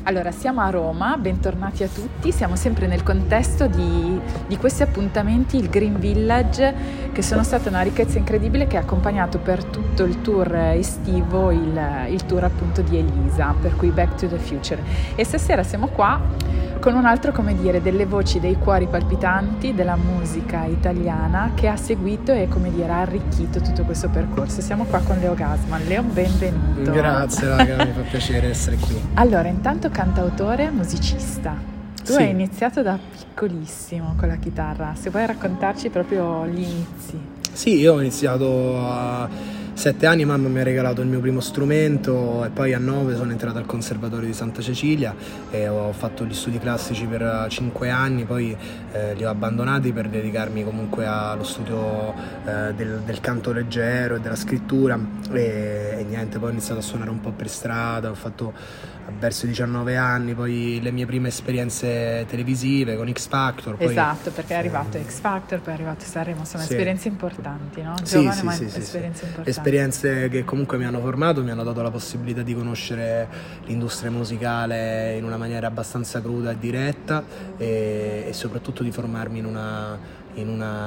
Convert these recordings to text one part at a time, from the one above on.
Allora, siamo a Roma, bentornati a tutti, siamo sempre nel contesto di questi appuntamenti, il Green Village, che sono stata una ricchezza incredibile che ha accompagnato per tutto il tour estivo, il tour appunto di Elisa, per cui Back to the Future. E stasera siamo qua con un altro, come dire, delle voci dei cuori palpitanti della musica italiana che ha seguito e, come dire, ha arricchito tutto questo percorso. Siamo qua con Leo Gassman. Leo, benvenuto. Grazie raga, mi fa piacere essere qui. Allora, intanto cantautore, musicista. Tu Sì. hai iniziato da piccolissimo con la chitarra, se vuoi raccontarci proprio gli inizi. Sì, io ho iniziato a 7 anni, mamma mi ha regalato il mio primo strumento e poi a 9 sono entrato al Conservatorio di Santa Cecilia e ho fatto gli studi classici per 5 anni, poi li ho abbandonati per dedicarmi comunque allo studio del canto leggero e della scrittura e niente, poi ho iniziato a suonare un po' per strada, ho fatto verso i 19 anni poi le mie prime esperienze televisive con X Factor. Poi, esatto, perché è arrivato X Factor, poi è arrivato Sanremo, sono sì. esperienze importanti, no? Sì, Giovane, sì, ma sì, esperienze importanti. Esperienze che comunque mi hanno formato, mi hanno dato la possibilità di conoscere l'industria musicale in una maniera abbastanza cruda e diretta e soprattutto di formarmi in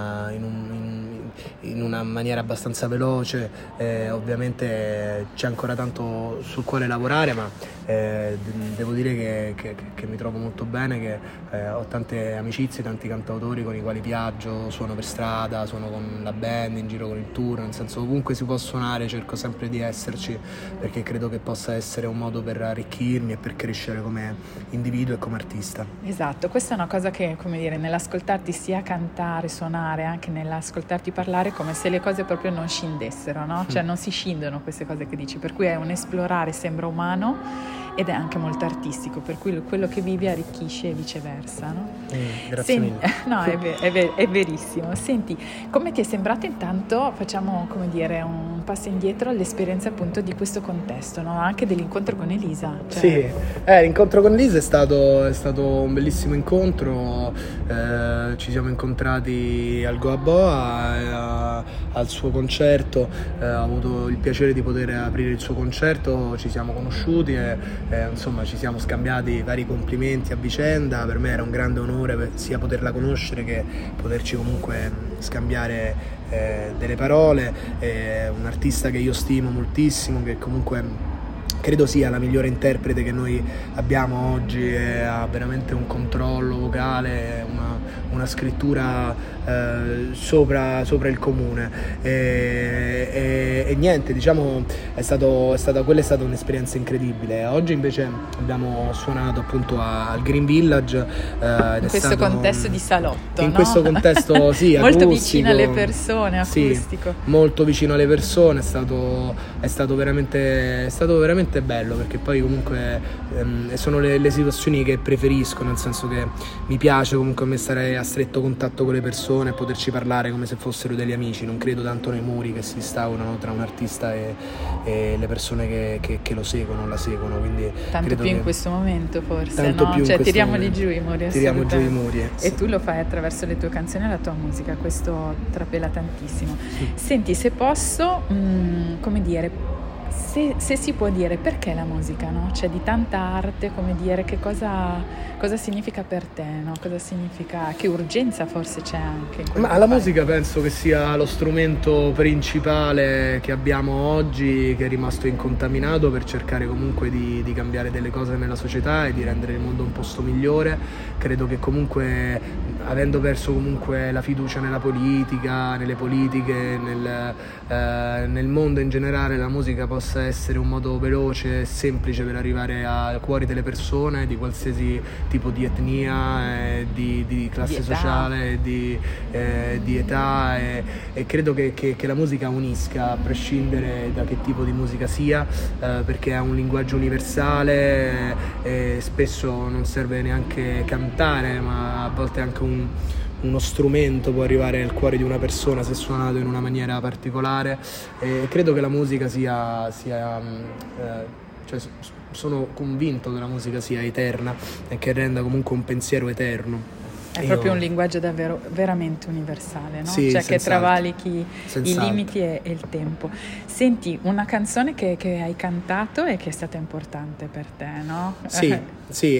una maniera abbastanza veloce. Ovviamente c'è ancora tanto sul quale lavorare, ma devo dire che mi trovo molto bene, che ho tante amicizie, tanti cantautori con i quali viaggio, suono per strada, suono con la band, in giro con il tour, nel senso ovunque si può suonare cerco sempre di esserci, perché credo che possa essere un modo per arricchirmi e per crescere come individuo e come artista. Esatto, questa è una cosa che, come dire, nell'ascoltarti sia cantare, suonare, anche nell'ascoltarti parlare, come se le cose proprio non scindessero, no? Cioè non si scindono queste cose che dici, per cui è un esplorare, sembra umano ed è anche molto artistico, per cui quello che vivi arricchisce e viceversa, no? Grazie mille. No, è verissimo. Senti, come ti è sembrato intanto, facciamo, come dire, un passo indietro all'esperienza appunto di questo contesto, no? Anche dell'incontro con Elisa. Cioè... Sì, l'incontro con Elisa è stato un bellissimo incontro, ci siamo incontrati al Goa Boa, al suo concerto, ho avuto il piacere di poter aprire il suo concerto, ci siamo conosciuti e insomma ci siamo scambiati vari complimenti a vicenda. Per me era un grande onore sia poterla conoscere che poterci comunque scambiare delle parole. Un artista che io stimo moltissimo, che comunque credo sia la migliore interprete che noi abbiamo oggi, ha veramente un controllo vocale, una scrittura sopra il comune e niente, diciamo quella è stata un'esperienza incredibile. Oggi invece abbiamo suonato appunto al Green Village in questo contesto di salotto, in no? questo contesto sì, molto acustico, vicino alle persone, acustico. Sì, molto vicino alle persone, è stato veramente bello, perché poi comunque sono le situazioni che preferisco, nel senso che mi piace comunque a me stare a stretto contatto con le persone e poterci parlare come se fossero degli amici. Non credo tanto nei muri che si instaurano tra un artista e le persone che lo seguono, la seguono, quindi tanto più in questo momento forse, no? Cioè tiriamoli giù i muri, tiriamo giù i muri, sì. E tu lo fai attraverso le tue canzoni e la tua musica, questo trapela tantissimo. Sì. Senti, se posso, come dire, se si può dire, perché la musica, no? Cioè di tanta arte, come dire, che cosa significa per te, no? Cosa significa, che urgenza forse c'è anche in Ma la musica penso che sia lo strumento principale che abbiamo oggi, che è rimasto incontaminato per cercare comunque di cambiare delle cose nella società e di rendere il mondo un posto migliore. Credo che comunque, avendo perso comunque la fiducia nella politica, nelle politiche, nel mondo in generale, la musica possa essere un modo veloce e semplice per arrivare ai cuori delle persone di qualsiasi tipo di etnia, di classe sociale, di età e credo che la musica unisca a prescindere da che tipo di musica sia, perché è un linguaggio universale e spesso non serve neanche cantare, ma a volte anche uno strumento può arrivare al cuore di una persona se suonato in una maniera particolare, e credo che la musica cioè sono convinto che la musica sia eterna e che renda comunque un pensiero eterno. È proprio un linguaggio davvero veramente universale, no? Sì, cioè senz'altro. Che travalichi Senz'altro. i limiti e il tempo. Senti, una canzone che hai cantato e che è stata importante per te, no? Sì,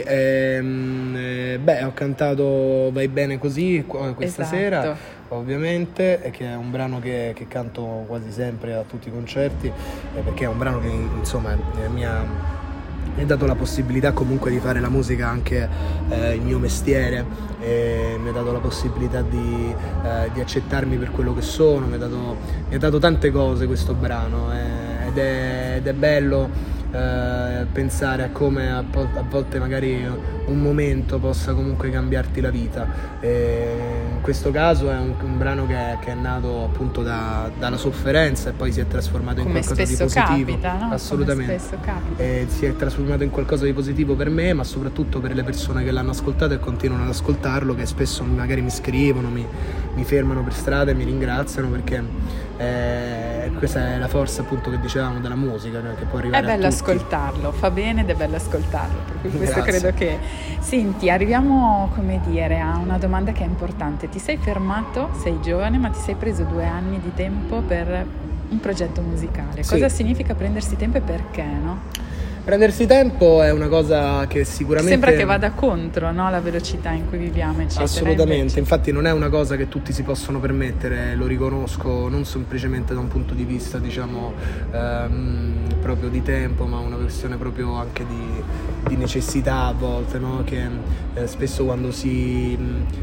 ho cantato Vai bene così questa sera, ovviamente, che è un brano che canto quasi sempre a tutti i concerti, perché è un brano che insomma mi ha dato la possibilità comunque di fare la musica anche il mio mestiere, mi ha dato la possibilità di accettarmi per quello che sono, mi ha dato tante cose questo brano, ed è bello pensare a come a volte magari un momento possa comunque cambiarti la vita. In questo caso è un brano che è nato appunto dalla sofferenza e poi si è trasformato in qualcosa di positivo. Capita, no? Assolutamente. Come spesso capita. Si è trasformato in qualcosa di positivo per me, ma soprattutto per le persone che l'hanno ascoltato e continuano ad ascoltarlo, che spesso magari mi scrivono, mi fermano per strada e mi ringraziano, perché questa è la forza appunto che dicevamo della musica, che può arrivare a tutti. È bello ascoltarlo, fa bene ed è bello ascoltarlo, per cui questo Grazie. credo che... Senti, arriviamo, come dire, a una domanda che è importante. Ti sei fermato, sei giovane, ma ti sei preso 2 anni di tempo per un progetto musicale. Sì. Cosa significa prendersi tempo e perché, no? Prendersi tempo è una cosa che sicuramente... Sembra che vada contro, no? La velocità in cui viviamo, eccetera. Assolutamente, invece... infatti non è una cosa che tutti si possono permettere, lo riconosco, non semplicemente da un punto di vista, diciamo, proprio di tempo, ma una questione proprio anche di necessità a volte, no? Che spesso quando si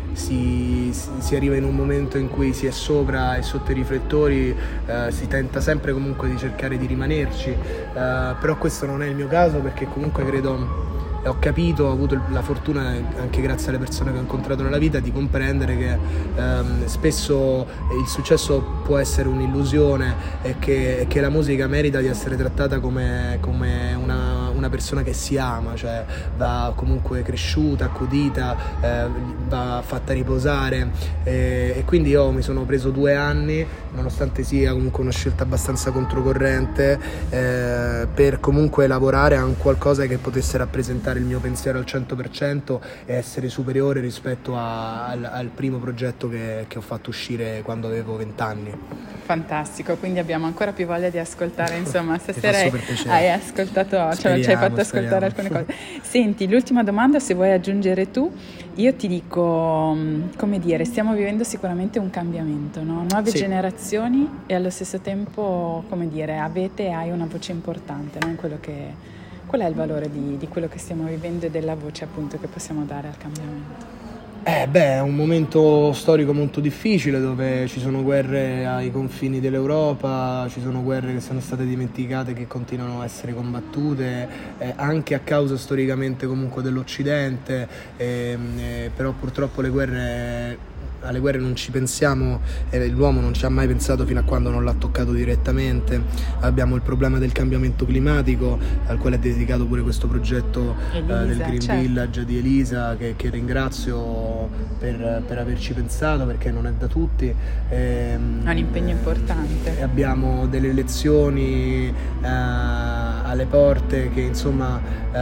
arriva in un momento in cui si è sopra e sotto i riflettori, si tenta sempre comunque di cercare di rimanerci, però questo non è il mio caso, perché comunque credo, e ho capito, ho avuto la fortuna, anche grazie alle persone che ho incontrato nella vita, di comprendere che spesso il successo può essere un'illusione e che la musica merita di essere trattata come una persona che si ama, cioè va comunque cresciuta, accudita, va fatta riposare, e quindi io mi sono preso 2 anni, nonostante sia comunque una scelta abbastanza controcorrente, per comunque lavorare a un qualcosa che potesse rappresentare il mio pensiero al 100% e essere superiore rispetto al primo progetto che ho fatto uscire quando avevo 20 anni. Fantastico, quindi abbiamo ancora più voglia di ascoltare, insomma, stasera hai ascoltato, cioè ci hai fatto ascoltare alcune cose. Senti, l'ultima domanda, se vuoi aggiungere tu, io ti dico, come dire, stiamo vivendo sicuramente un cambiamento, no? Nuove generazioni, e allo stesso tempo, come dire, hai una voce importante, no? In quello che... Qual è il valore di quello che stiamo vivendo e della voce appunto che possiamo dare al cambiamento? È un momento storico molto difficile, dove ci sono guerre ai confini dell'Europa, ci sono guerre che sono state dimenticate, che continuano a essere combattute, anche a causa storicamente comunque dell'Occidente, però purtroppo alle guerre non ci pensiamo, l'uomo non ci ha mai pensato fino a quando non l'ha toccato direttamente. Abbiamo il problema del cambiamento climatico, al quale è dedicato pure questo progetto del Green Village di Elisa, che ringrazio per averci pensato, perché non è da tutti. È un impegno importante. Abbiamo delle elezioni alle porte che insomma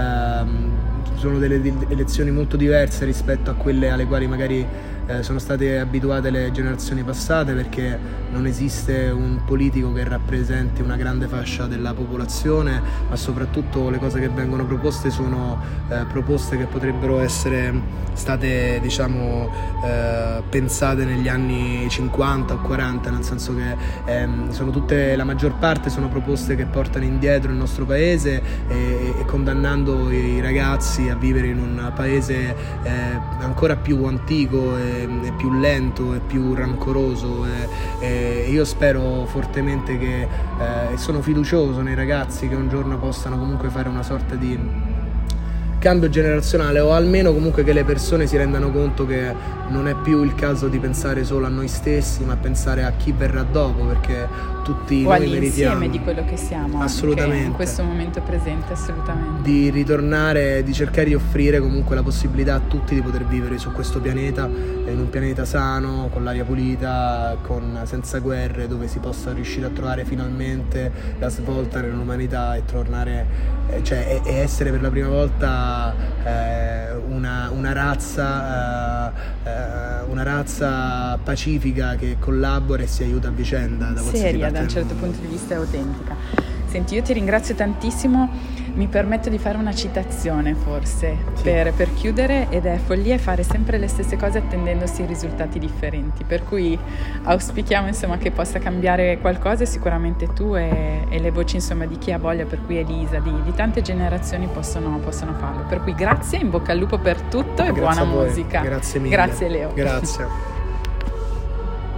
sono delle elezioni molto diverse rispetto a quelle alle quali magari sono state abituate le generazioni passate, perché non esiste un politico che rappresenti una grande fascia della popolazione, ma soprattutto le cose che vengono proposte sono proposte che potrebbero essere state, diciamo, pensate negli anni 50 o 40, nel senso che sono tutte, la maggior parte sono proposte che portano indietro il nostro paese e condannando i ragazzi a vivere in un paese ancora più antico e più lento e più rancoroso, e io spero fortemente che sono fiducioso nei ragazzi che un giorno possano comunque fare una sorta di cambio generazionale, o almeno comunque che le persone si rendano conto che non è più il caso di pensare solo a noi stessi, ma pensare a chi verrà dopo, perché tutti noi meritiamo, di quello che siamo, assolutamente, in questo momento presente, assolutamente, di ritornare, di cercare di offrire comunque la possibilità a tutti di poter vivere su questo pianeta, in un pianeta sano, con l'aria pulita, senza guerre, dove si possa riuscire a trovare finalmente la svolta nell'umanità e tornare, e essere per la prima volta una razza una razza pacifica che collabora e si aiuta a vicenda. Da seria, da un certo punto di vista, è autentica. Senti, io ti ringrazio tantissimo, mi permetto di fare una citazione forse, sì, per chiudere, ed è: follia è fare sempre le stesse cose attendendosi risultati differenti, per cui auspichiamo insomma che possa cambiare qualcosa, e sicuramente tu e le voci insomma di chi ha voglia, per cui Elisa, di tante generazioni possono farlo, per cui grazie, in bocca al lupo per tutto e grazie buona musica. Grazie mille. Grazie Leo. Grazie.